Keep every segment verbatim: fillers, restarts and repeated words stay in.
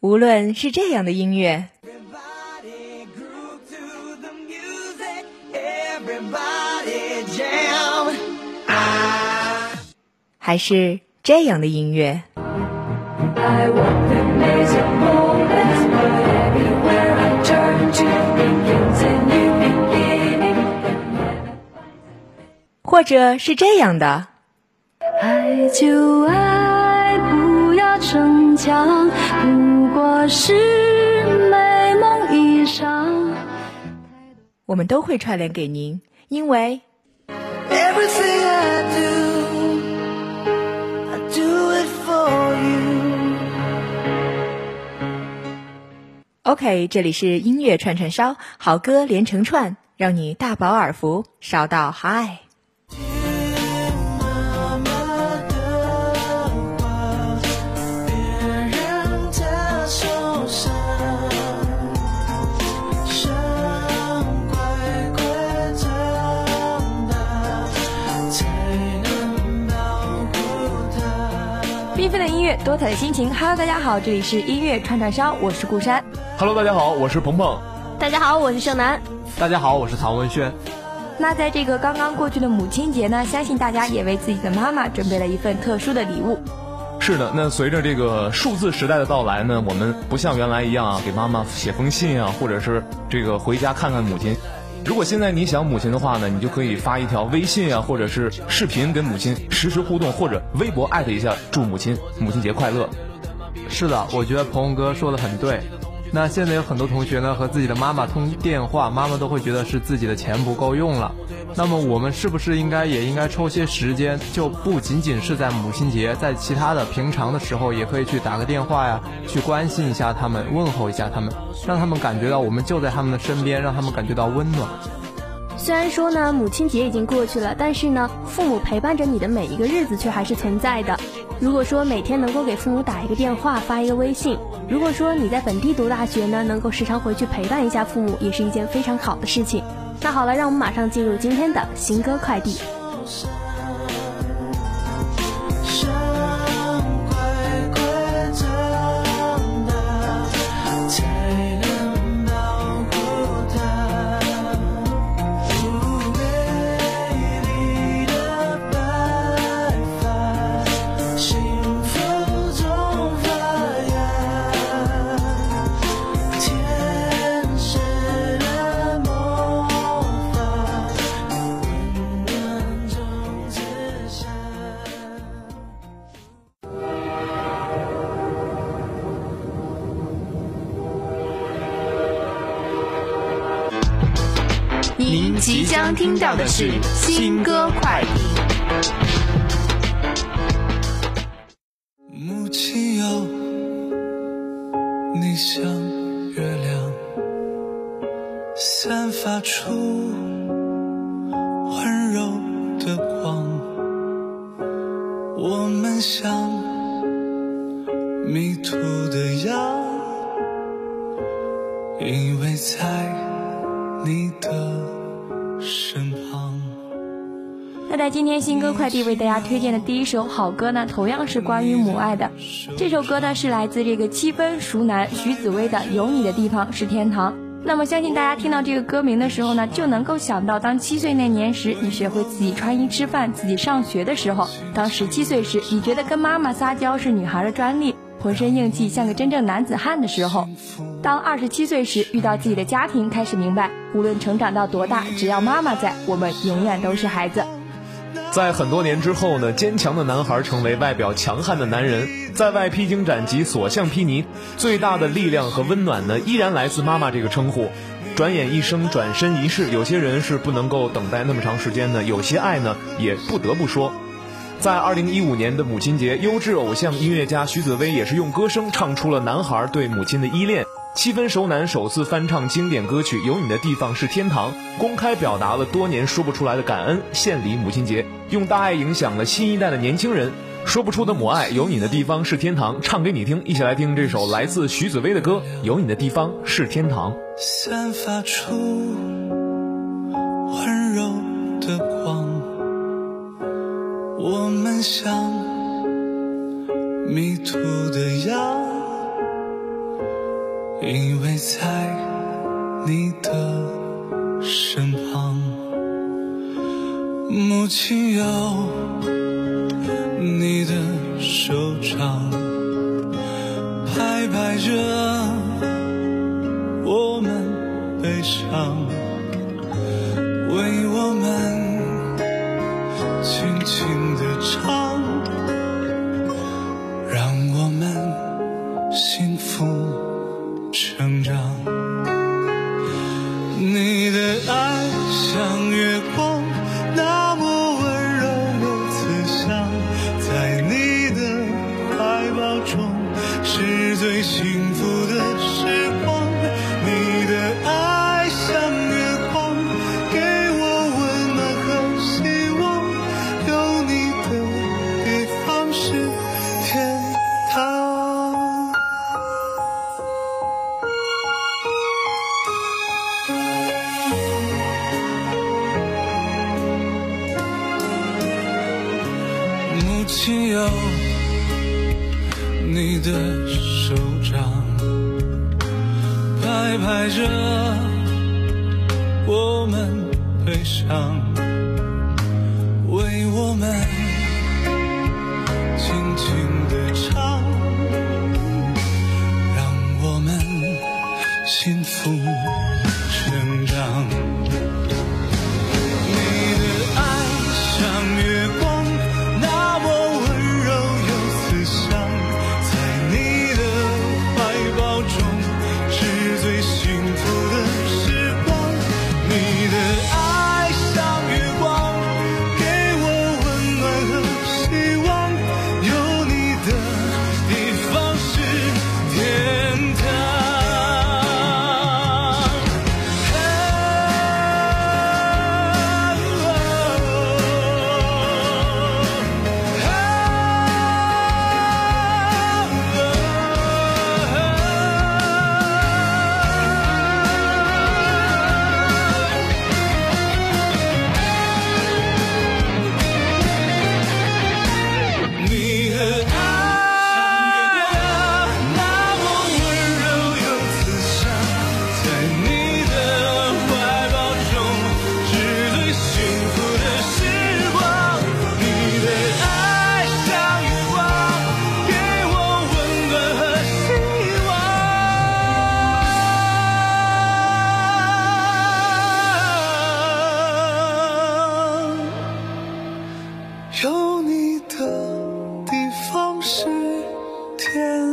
无论是这样的音乐，还是这样的音乐，或者是这样的， 爱就爱，不要逞强，不过是美梦一场。 我们都会串联给您，因为 Everything I do, I do it for you. OK， 这里是音乐串串烧，好歌连成串，让你大饱耳福，烧到嗨。 缤纷的音乐，多彩的心情。Hello， 大家好，这里是音乐串串烧，我是顾山。 Hello， 大家好，我是鹏鹏。 大家好，我是盛楠。 大家好，我是曹文轩。 那在这个刚刚过去的母亲节呢，相信大家也为自己的妈妈准备了一份特殊的礼物。 是的，那随着这个数字时代的到来呢，我们不像原来一样啊，给妈妈写封信啊，或者是这个回家看看母亲。如果现在你想母亲的话呢，你就可以发一条微信啊，或者是视频跟母亲实时互动，或者微博艾特一下，祝母亲母亲节快乐。 是的，我觉得鹏哥说的很对。那现在有很多同学呢和自己的妈妈通电话，妈妈都会觉得是自己的钱不够用了。那么我们是不是应该也应该抽些时间，就不仅仅是在母亲节，在其他的平常的时候也可以去打个电话呀，去关心一下他们，问候一下他们，让他们感觉到我们就在他们的身边，让他们感觉到温暖。 虽然说呢，母亲节已经过去了，但是呢，父母陪伴着你的每一个日子却还是存在的。如果说每天能够给父母打一个电话，发一个微信，如果说你在本地读大学呢，能够时常回去陪伴一下父母，也是一件非常好的事情。那好了，让我们马上进入今天的新歌快递。 您即将听到的是新歌快递。 母亲有你像月亮，散发出温柔的光，我们像迷途的羊，因为在你的身旁。 那在今天新歌快递为大家推荐的第一首好歌呢，同样是关于母爱的。这首歌呢是来自这个七分熟男徐子薇的《有你的地方是天堂》。那么相信大家听到这个歌名的时候呢，就能够想到当七岁那年时，你学会自己穿衣吃饭，自己上学的时候；当十七岁时，你觉得跟妈妈撒娇是女孩的专利，浑身硬气像个真正男子汉的时候；当二十七岁时，遇到自己的家庭，开始明白无论成长到多大，只要妈妈在，我们永远都是孩子。 在很多年之后呢，坚强的男孩成为外表强悍的男人，在外披荆斩棘，所向披靡，最大的力量和温暖呢，依然来自妈妈这个称呼。转眼一生，转身一世，有些人是不能够等待那么长时间的，有些爱呢，也不得不说。在二零一五年的母亲节，优质偶像音乐家徐子薇也是用歌声唱出了男孩对母亲的依恋。七分熟男首次翻唱经典歌曲《有你的地方是天堂》，公开表达了多年说不出来的感恩，献礼母亲节，用大爱影响了新一代的年轻人。说不出的母爱，有你的地方是天堂，唱给你听。一起来听这首来自徐子薇的歌《有你的地方是天堂》。 散发出温柔的光，我们像迷途的羊， 依偎在你的身旁。母亲有你的手掌，拍拍着我们悲伤，为我们轻轻地唱，让我们幸福成长。你的爱像月光，那么温柔又慈祥，在你的怀抱中是最幸福的时光。你的爱像月光，给我温暖和希望，有你的地方是天堂。母亲有你的手掌，拍拍着我们悲伤，为我们轻轻地唱，让我们幸福成长。你的爱像月光，那么温柔又慈祥，在你的怀抱中是最幸福的时光。你的爱像月光，给我温暖和希望，有你的地方是天堂。你的爱那么温柔又慈祥，在你的怀抱中是最幸福的时光。你的爱像月光，给我温暖和希望，有你的地方是天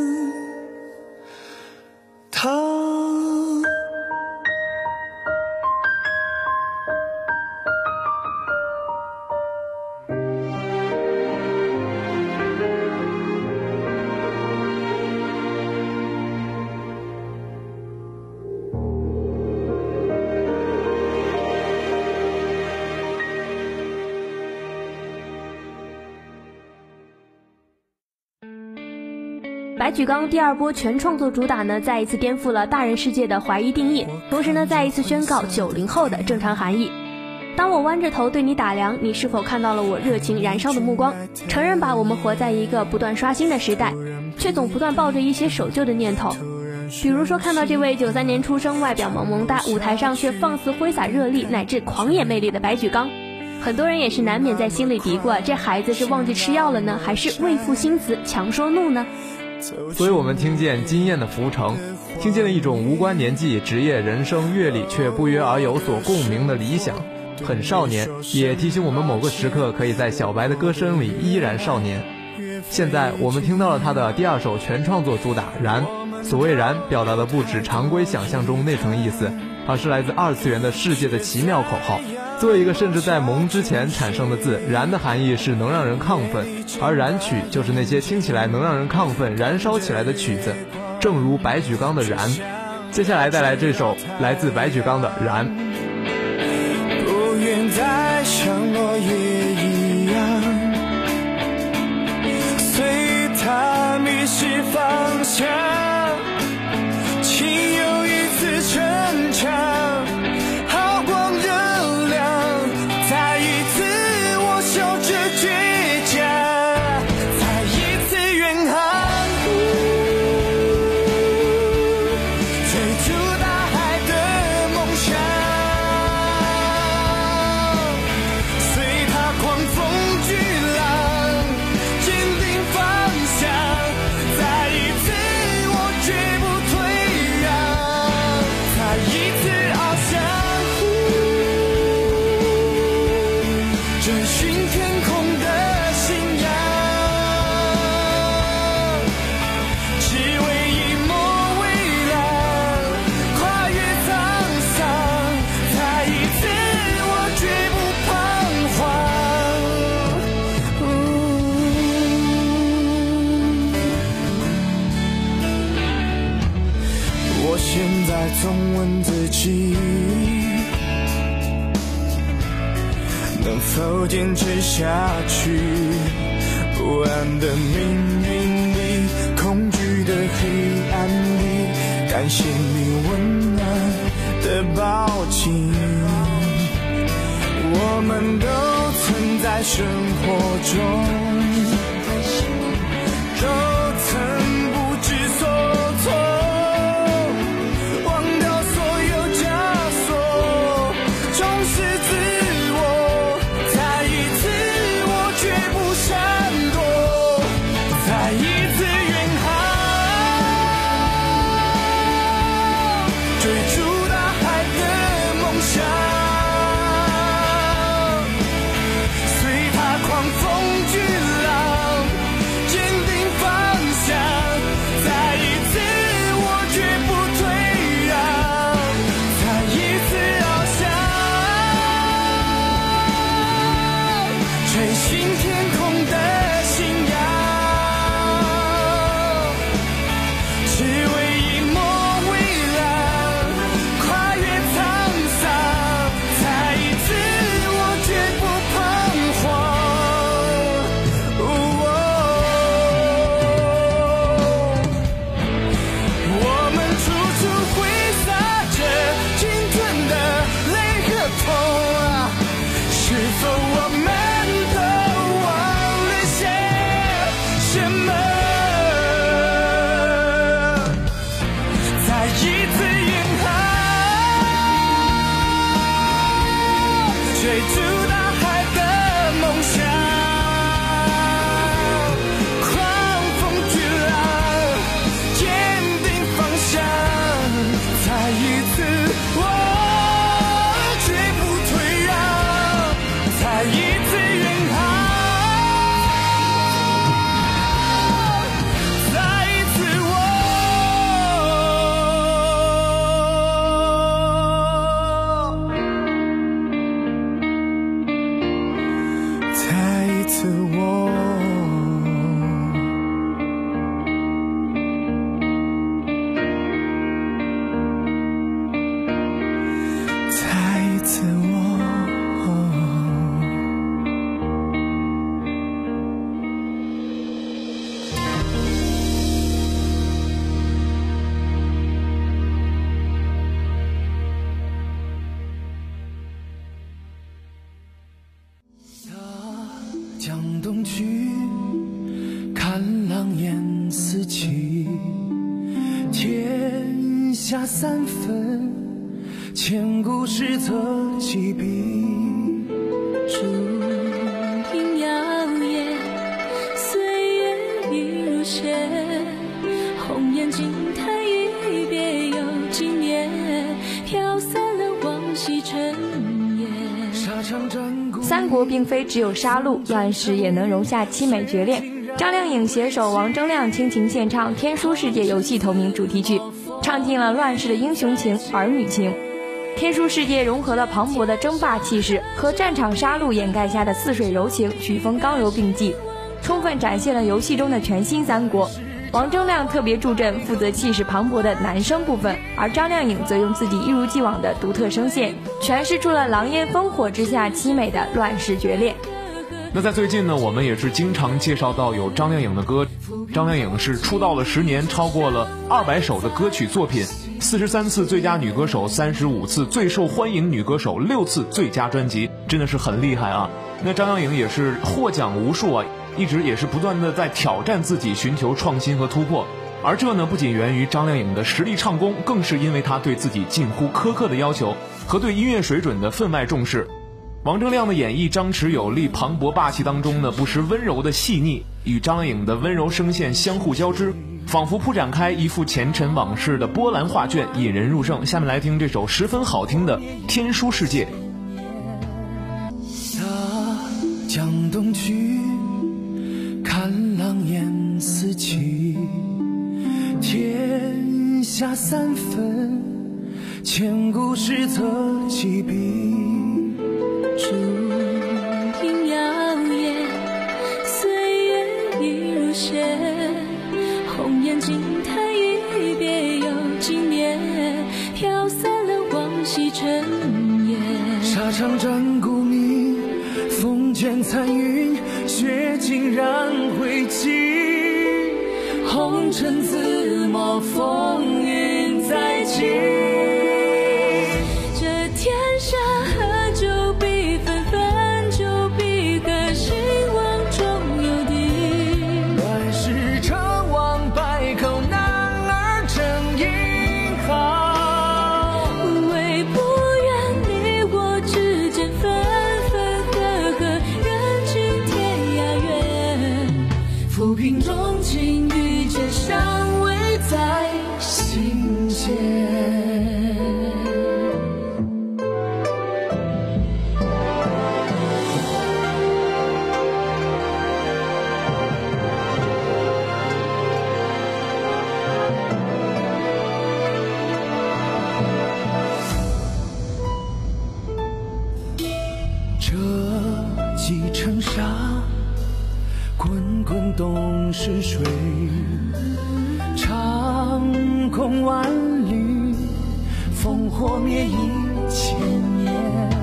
堂。 白举纲第二波全创作主打呢，再一次颠覆了大人世界的怀疑定义，同时呢，再一次宣告九零后的正常含义。当我弯着头对你打量，你是否看到了我热情燃烧的目光？承认吧，我们活在一个不断刷新的时代，却总不断抱着一些守旧的念头。比如说看到这位九三年出生，外表萌萌哒，舞台上却放肆挥洒热力乃至狂野魅力的白举纲，很多人也是难免在心里嘀咕啊，这孩子是忘记吃药了呢，还是为赋新词强说怒呢？ 所以我们听见惊艳的浮城，听见了一种无关年纪、职业、人生、阅历却不约而有所共鸣的理想，很少年，也提醒我们某个时刻可以在小白的歌声里依然少年。现在我们听到了他的第二首全创作主打《燃》，所谓燃表达的不止常规想象中那层意思，而是来自二次元的世界的奇妙口号。作为一个甚至在萌之前产生的字，燃的含义是能让人亢奋，而燃曲就是那些听起来能让人亢奋燃烧起来的曲子，正如白举纲的燃。接下来带来这首来自白举纲的燃。 不愿再像落叶一样随它迷失方向，请有一次逞强，好光热亮，再一次我笑着倔强，再一次远航， 现在总问自己，能否坚持下去？不安的命运里，恐惧的黑暗里，感谢你温暖的抱紧。我们都曾在生活中，都曾不知所措，忘掉所有枷锁，重视自我，再一次我绝不闪躲，再一次远航，追逐大海的梦想。江东去，看狼烟四起，天下三分，千古史册几笔。 竹亭摇曳，岁月已如雪，红颜惊叹一别又几年，飘散了往昔尘烟。 沙场战三国并非只有杀戮，乱世也能容下凄美绝恋。张靓颖携手王铮亮倾情献唱《天书世界》游戏同名主题曲，唱尽了乱世的英雄情、儿女情。天书世界融合了磅礴的争霸气势和战场杀戮掩盖下的似水柔情，曲风刚柔并济，充分展现了游戏中的全新三国。王铮亮特别助阵，负责气势磅礴的男声部分，而张靓颖则用自己一如既往的独特声线，诠释出了狼烟烽火之下凄美的乱世决裂。 那在最近呢，我们也是经常介绍到有张靓颖的歌。张靓颖是出道了十年，超过了二百首的歌曲作品，四十三次最佳女歌手，三十五次最受欢迎女歌手，六次最佳专辑，真的是很厉害啊。那张靓颖也是获奖无数啊，一直也是不断的在挑战自己，寻求创新和突破。而这呢，不仅源于张靓颖的实力唱功，更是因为她对自己近乎苛刻的要求和对音乐水准的分外重视。王铮亮的演绎张弛有力、磅礴霸气当中呢，不失温柔的细腻，与张靓颖的温柔声线相互交织，仿佛铺展开一幅前尘往事的波澜画卷，引人入胜。下面来听这首十分好听的《天书世界》。 下江东去，看狼烟四起，天下三分，千古史册几笔。 竹亭摇曳，岁月已如雪，红颜惊叹一别又几年， 尘自抹，风云再起。这天下合久必分，分久必合，兴亡终有定。 乱世成王败寇，男儿正英豪。 唯不愿你我之间分分合合，人情天涯远。浮萍中情与剑，相偎在心间。 这几程沙，滚滚东逝水，长空万里，烽火灭一千年。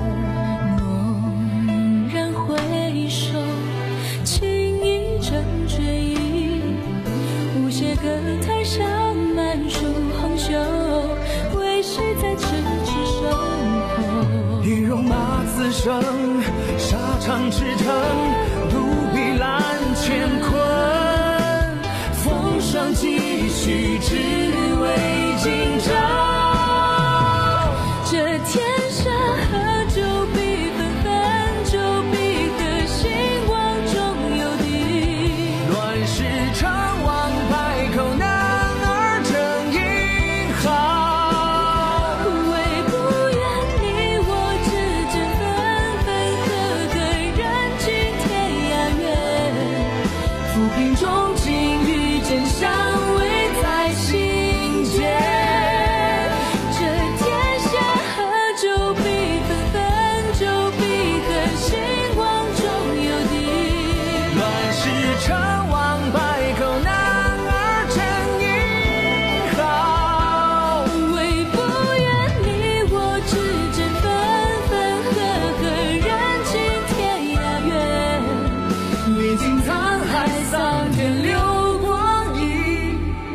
猛然回首，情意成追忆，无邪歌台上满树红袖，为谁在咫尺守候？ 一戎马自生，沙场驰骋，独臂拦乾坤。风霜继续，只为今朝。 这天下合久必分，分久必合，兴亡终有定。 乱世成王败寇，男儿正英豪。 唯不愿你我之间分分合合，人情天涯远。浮萍中情与剑，相偎在心间。这天下合久必分，分久必合，兴亡终有定。 乱世成王败寇，男儿正英豪。 唯不愿你我之间分分合合，人情天涯远。 历经沧海桑田，流光一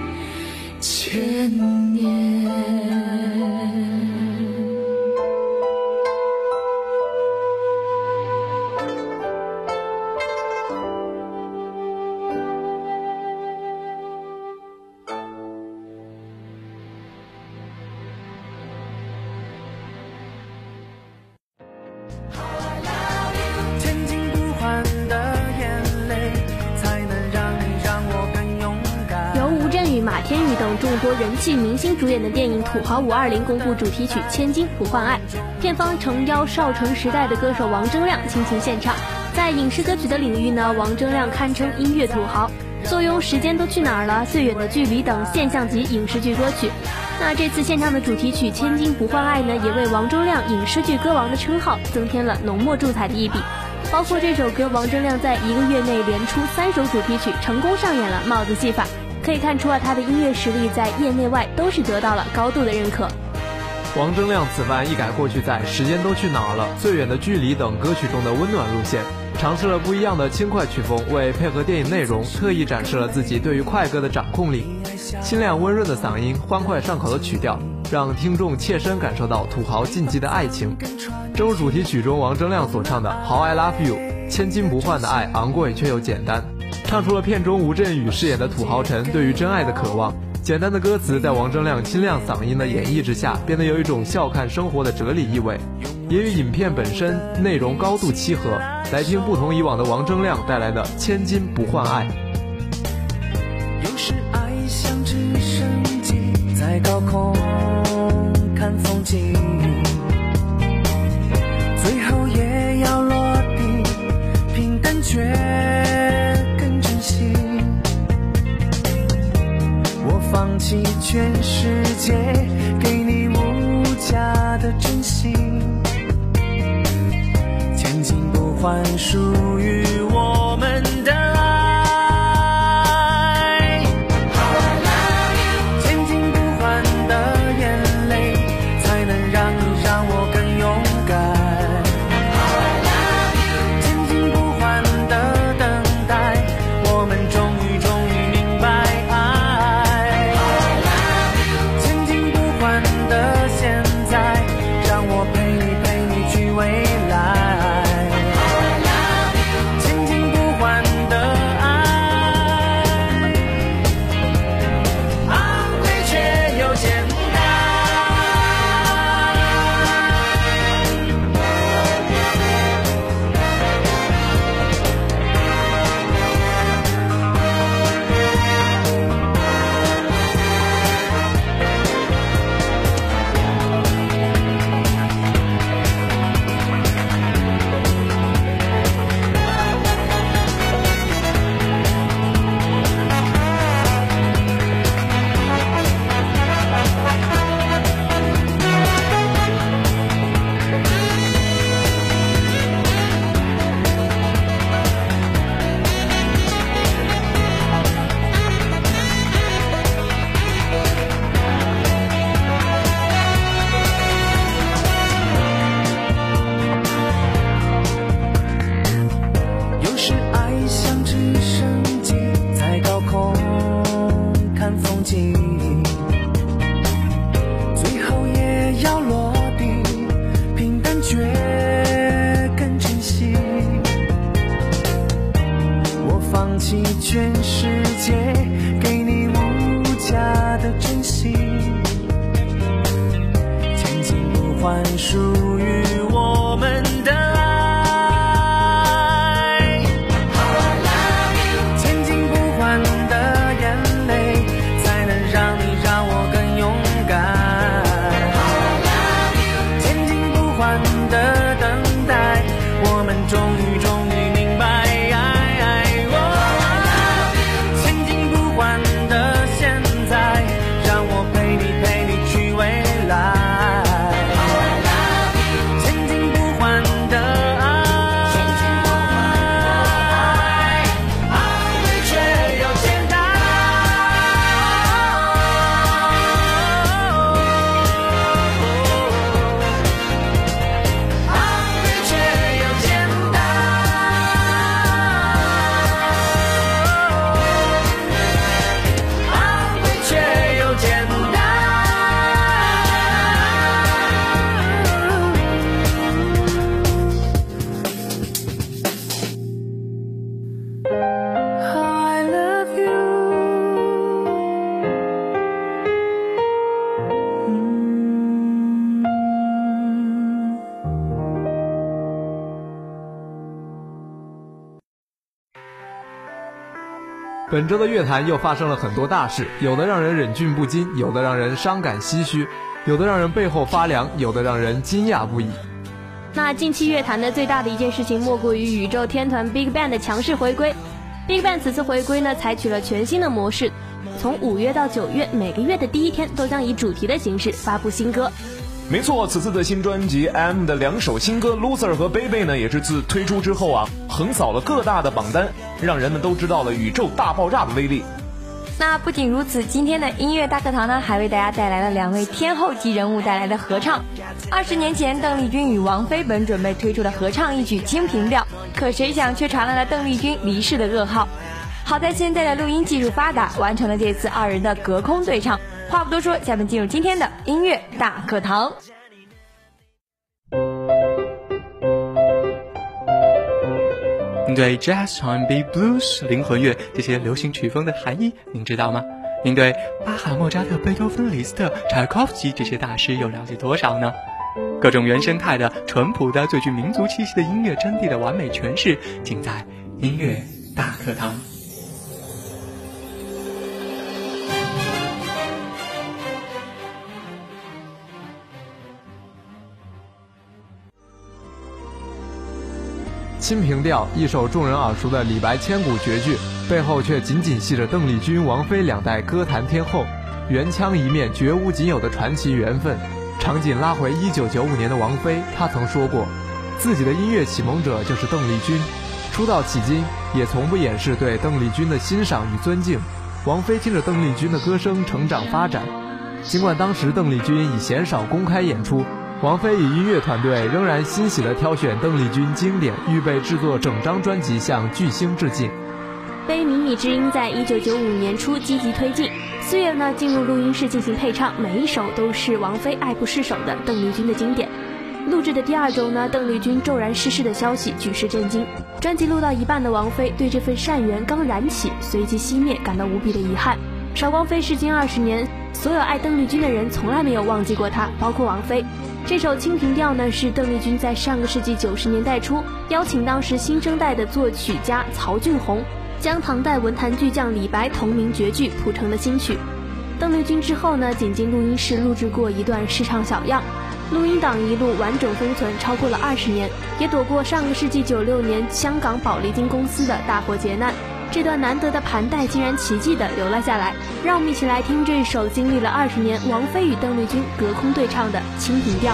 千年。千金不换的眼泪，才能让你让我更勇敢。 由吴镇宇、马天宇等众多人气明星主演的电影《土豪五二零》公布主题曲《千金不换爱》，片方诚邀少城时代的歌手王铮亮倾情献唱。在影视歌曲的领域呢，王铮亮堪称音乐土豪，坐拥《时间都去哪儿了》《最远的距离》等现象级影视剧歌曲。那这次献唱的主题曲《千金不换爱》呢，也为王铮亮影视剧歌王的称号增添了浓墨重彩的一笔。包括这首歌，王铮亮在一个月内连出三首主题曲，成功上演了帽子戏法。可以看出啊，他的音乐实力在业内外都是得到了高度的认可。 王铮亮此番一改过去在《时间都去哪儿了》《最远的距离》等歌曲中的温暖路线，尝试了不一样的轻快曲风，为配合电影内容，特意展示了自己对于快歌的掌控力。清亮温润的嗓音，欢快上口的曲调，让听众切身感受到土豪禁忌的爱情。正如主题曲中王铮亮所唱的 How I Love You， 千金不换的爱，昂贵却又简单，唱出了片中吴镇宇饰演的土豪臣对于真爱的渴望。简单的歌词在王铮亮清亮嗓音的演绎之下，变得有一种笑看生活的哲理意味，也与影片本身内容高度契合。来听不同以往的王铮亮带来的《千金不换爱》。 有时爱像直升机，在高空看风景，最后也要落地，平淡却更珍惜。我放弃全世界，给你无价的真心，千金不换属于我们的爱。千金不换的眼泪，才能让你让我更勇敢。千金不换的等待，我们终于终于明白爱。 千金不换属于我们的爱，千金不换的眼泪，才能让你让我更勇敢，千金不换的等待，我们终于终于明白，千金不换的现在，让我陪你陪你去未来。 本周的乐坛又发生了很多大事，有的让人忍俊不禁，有的让人伤感唏嘘，有的让人背后发凉，有的让人惊讶不已。 那近期乐坛的最大的一件事情莫过于宇宙天团 Big Bang 的强势回归。 Big Bang 此次回归呢，采取了全新的模式，从五月到九月，每个月的第一天都将以主题的形式发布新歌。 没错，此次的新专辑 M 的两首新歌 Loser 和 Baby 呢，也是自推出之后啊，横扫了各大的榜单，让人们都知道了宇宙大爆炸的威力。 那不仅如此，今天的音乐大课堂呢，还为大家带来了两位天后级人物带来的合唱。二十年前，邓丽君与王菲本准备推出的合唱一曲《清平调》，可谁想却传来了邓丽君离世的噩耗。好在现在的录音技术发达，完成了这次二人的隔空对唱。话不多说，下面进入今天的音乐大课堂。 您对 Jazz、R and B、Blues、灵魂乐这些流行曲风的含义您知道吗？您对巴哈、莫扎特、贝多芬、李斯特、柴可夫斯基这些大师又了解多少呢？各种原生态的、淳朴的、最具民族气息的音乐真谛的完美诠释，尽在音乐大课堂。 清平调，一首众人耳熟的李白千古绝句，背后却紧紧系着邓丽君、王菲两代歌坛天后，原腔一面绝无仅有的传奇缘分。场景拉回一九九五年的王菲，她曾说过，自己的音乐启蒙者就是邓丽君，出道迄今也从不掩饰对邓丽君的欣赏与尊敬。王菲听着邓丽君的歌声成长发展，尽管当时邓丽君已鲜少公开演出，王菲与音乐团队仍然欣喜地挑选邓丽君经典，预备制作整张专辑向巨星致敬。 非靡靡之音在一九九五年初积极推进，四月呢进入录音室进行配唱，每一首都是王菲爱不释手的邓丽君的经典。录制的第二周呢，邓丽君骤然逝世的消息举世震惊。专辑录到一半的王菲对这份善缘刚燃起，随即熄灭，感到无比的遗憾。韶光飞逝近二十年，所有爱邓丽君的人从来没有忘记过她，包括王菲。这首《清平调》呢，是邓丽君在上个世纪九十年代初邀请当时新生代的作曲家曹俊宏，将唐代文坛巨匠李白同名绝句谱成的新曲。邓丽君之后呢，仅进录音室录制过一段试唱小样，录音档一路完整封存超过了二十年，也躲过上个世纪九六年香港宝丽金公司的大祸劫难。这段难得的盘带竟然奇迹地留了下来，让我们一起来听这首经历了二十年王菲与邓丽君隔空对唱的《清平调》。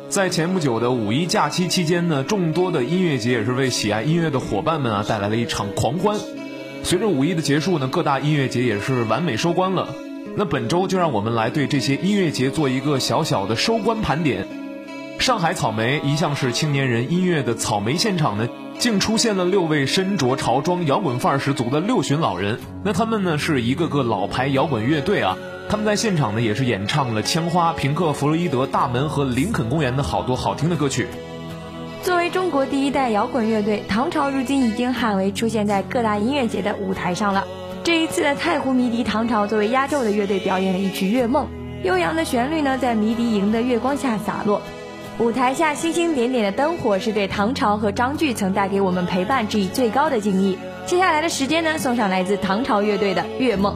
在前不久的五一假期期间呢，众多的音乐节也是为喜爱音乐的伙伴们啊带来了一场狂欢。随着五一的结束呢，各大音乐节也是完美收官了。那本周就让我们来对这些音乐节做一个小小的收官盘点。上海草莓一向是青年人音乐的草莓现场呢，竟出现了六位身着潮装摇滚范儿十足的六旬老人。那他们呢是一个个老牌摇滚乐队啊，他们在现场呢也是演唱了枪花、平克·弗洛伊德、大门和林肯公园的好多好听的歌曲。 作为中国第一代摇滚乐队，唐朝如今已经罕为出现在各大音乐节的舞台上了。这一次的太湖迷笛唐朝作为压轴的乐队表演了一曲《月梦》，悠扬的旋律呢在迷笛营的月光下洒落。舞台下星星点点的灯火是对唐朝和张炬曾带给我们陪伴致以最高的敬意。接下来的时间呢，送上来自唐朝乐队的《月梦》。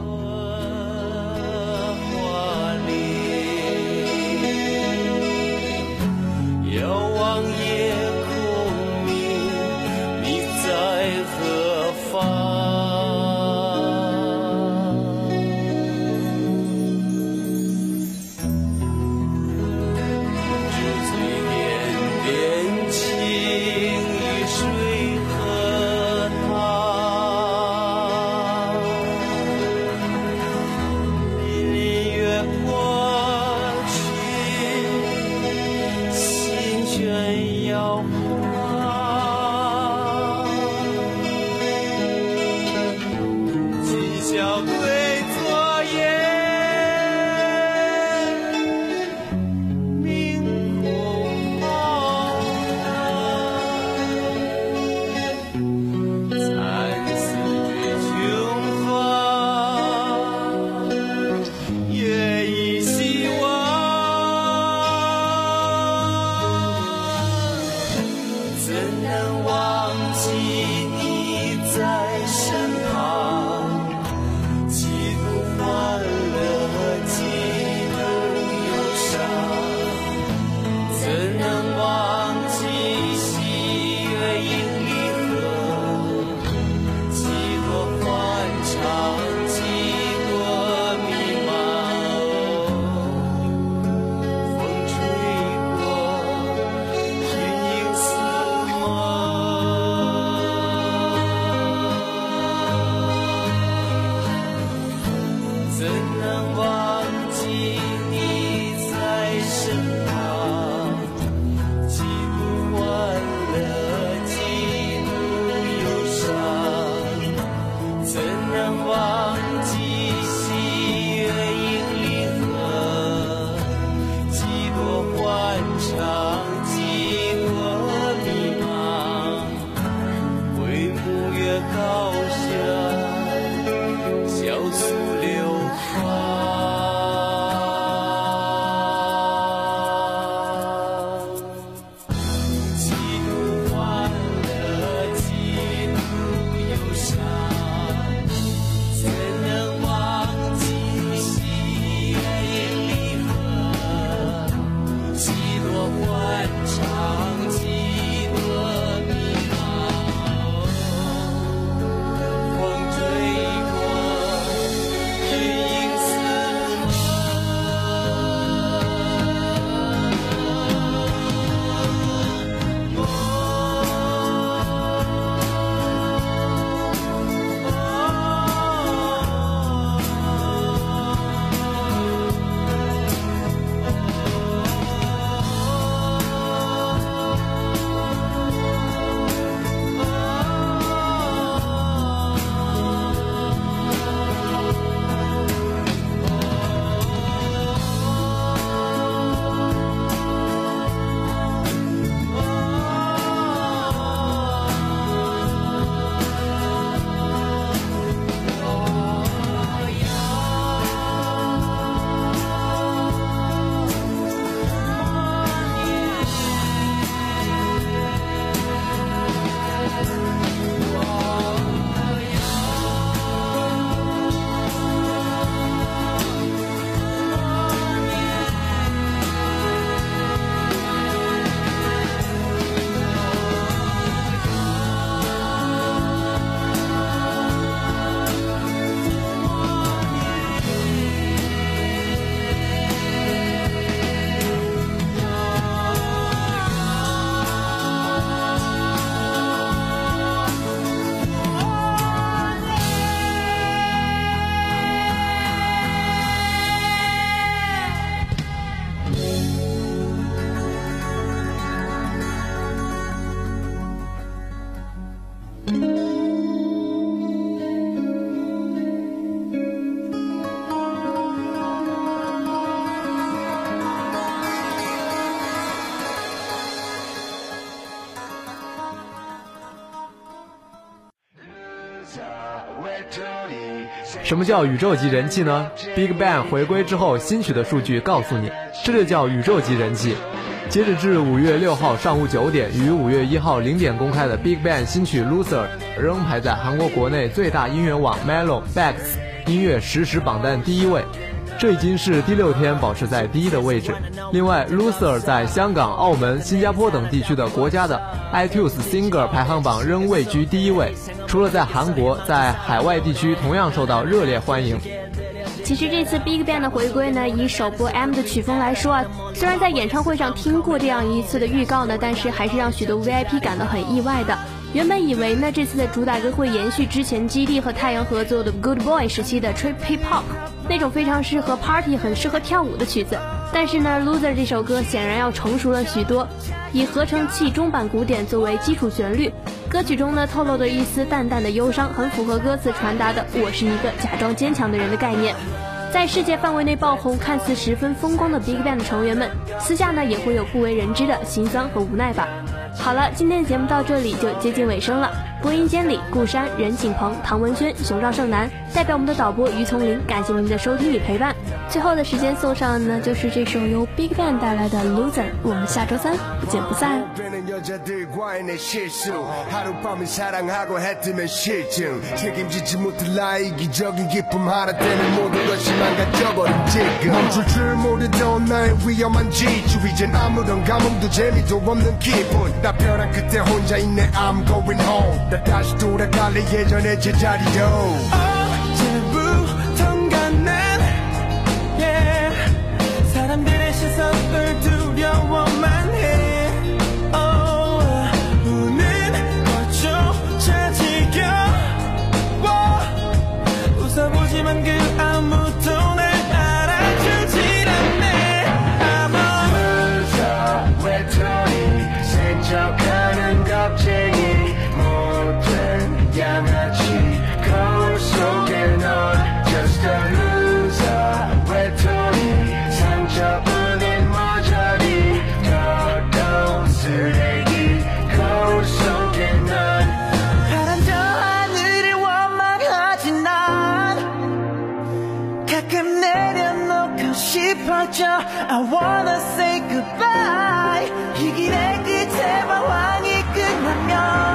高下，笑诉流花。 什么叫宇宙级人气呢？ Big Bang 回归之后新取的数据告诉你，这就叫宇宙级人气。截止至五月六号上午九点，于五月一号零点公开的 Big Bang 新曲 Loser 仍排在韩国国内最大音乐网 Melon、Bax 音乐实时榜单第一位，这已经是第六天保持在第一的位置。另外 Loser 在香港、澳门、新加坡等地区的国家的 iTunes Singer 排行榜仍位居第一位，除了在韩国，在海外地区同样受到热烈欢迎。 其实这次 Big Bang 的回归呢，以首播 M 的曲风来说啊，虽然在演唱会上听过这样一次的预告呢，但是还是让许多 V I P 感到很意外的。原本以为呢，这次的主打歌会延续之前基地和太阳合作的 Good Boy 时期的 Trip Hip Hop， 那种非常适合 Party 很适合跳舞的曲子，但是呢 Loser 这首歌显然要成熟了许多，以合成器中版鼓点作为基础旋律，歌曲中呢透露着一丝淡淡的忧伤，很符合歌词传达的我是一个假装坚强的人的概念。在世界范围内爆红，看似十分风光的 Big Bang 的成员们，私下呢也会有不为人知的心酸和无奈吧。好了，今天的节目到这里就接近尾声了。播音间里，顾山、任景鹏、唐文轩、熊赵胜男，代表我们的导播于丛林，感谢您的收听与陪伴。最后的时间送上呢，就是这首由 Big Bang 带来的 Loser， 我们下周三不见不散。 여자들과의 내 실수 하룻밤을 사랑하고 해뜨면 실증 책임지지 못할 나의 이기적인 기쁨 하나 때문에 모든 것이 망가져버린 지금 멈출 줄 모르던 나의 위험한 지주 이젠 아무런 감흥도 재미도 없는 기분 나 벼랑 끝에 혼자 있네 I'm going home 나 다시 돌아갈래 예전의 제자리로 언제부턴가 난 yeah, 사람들의 시선을 두려워만 해 웃어보지만 그 아무도 날 알아주질 않네 I'm a loser 외톨이 센척하는 겁쟁이 못된 양아치 거울 속에 넌 just a loser 외톨이 상처뿐인 머저리 더러운 쓰레기 거울 속에 넌 바람도 하늘을 원망하지 난 가끔 내려놓고 싶어져 I wanna say goodbye 이 길의 끝에 방황이 끝나면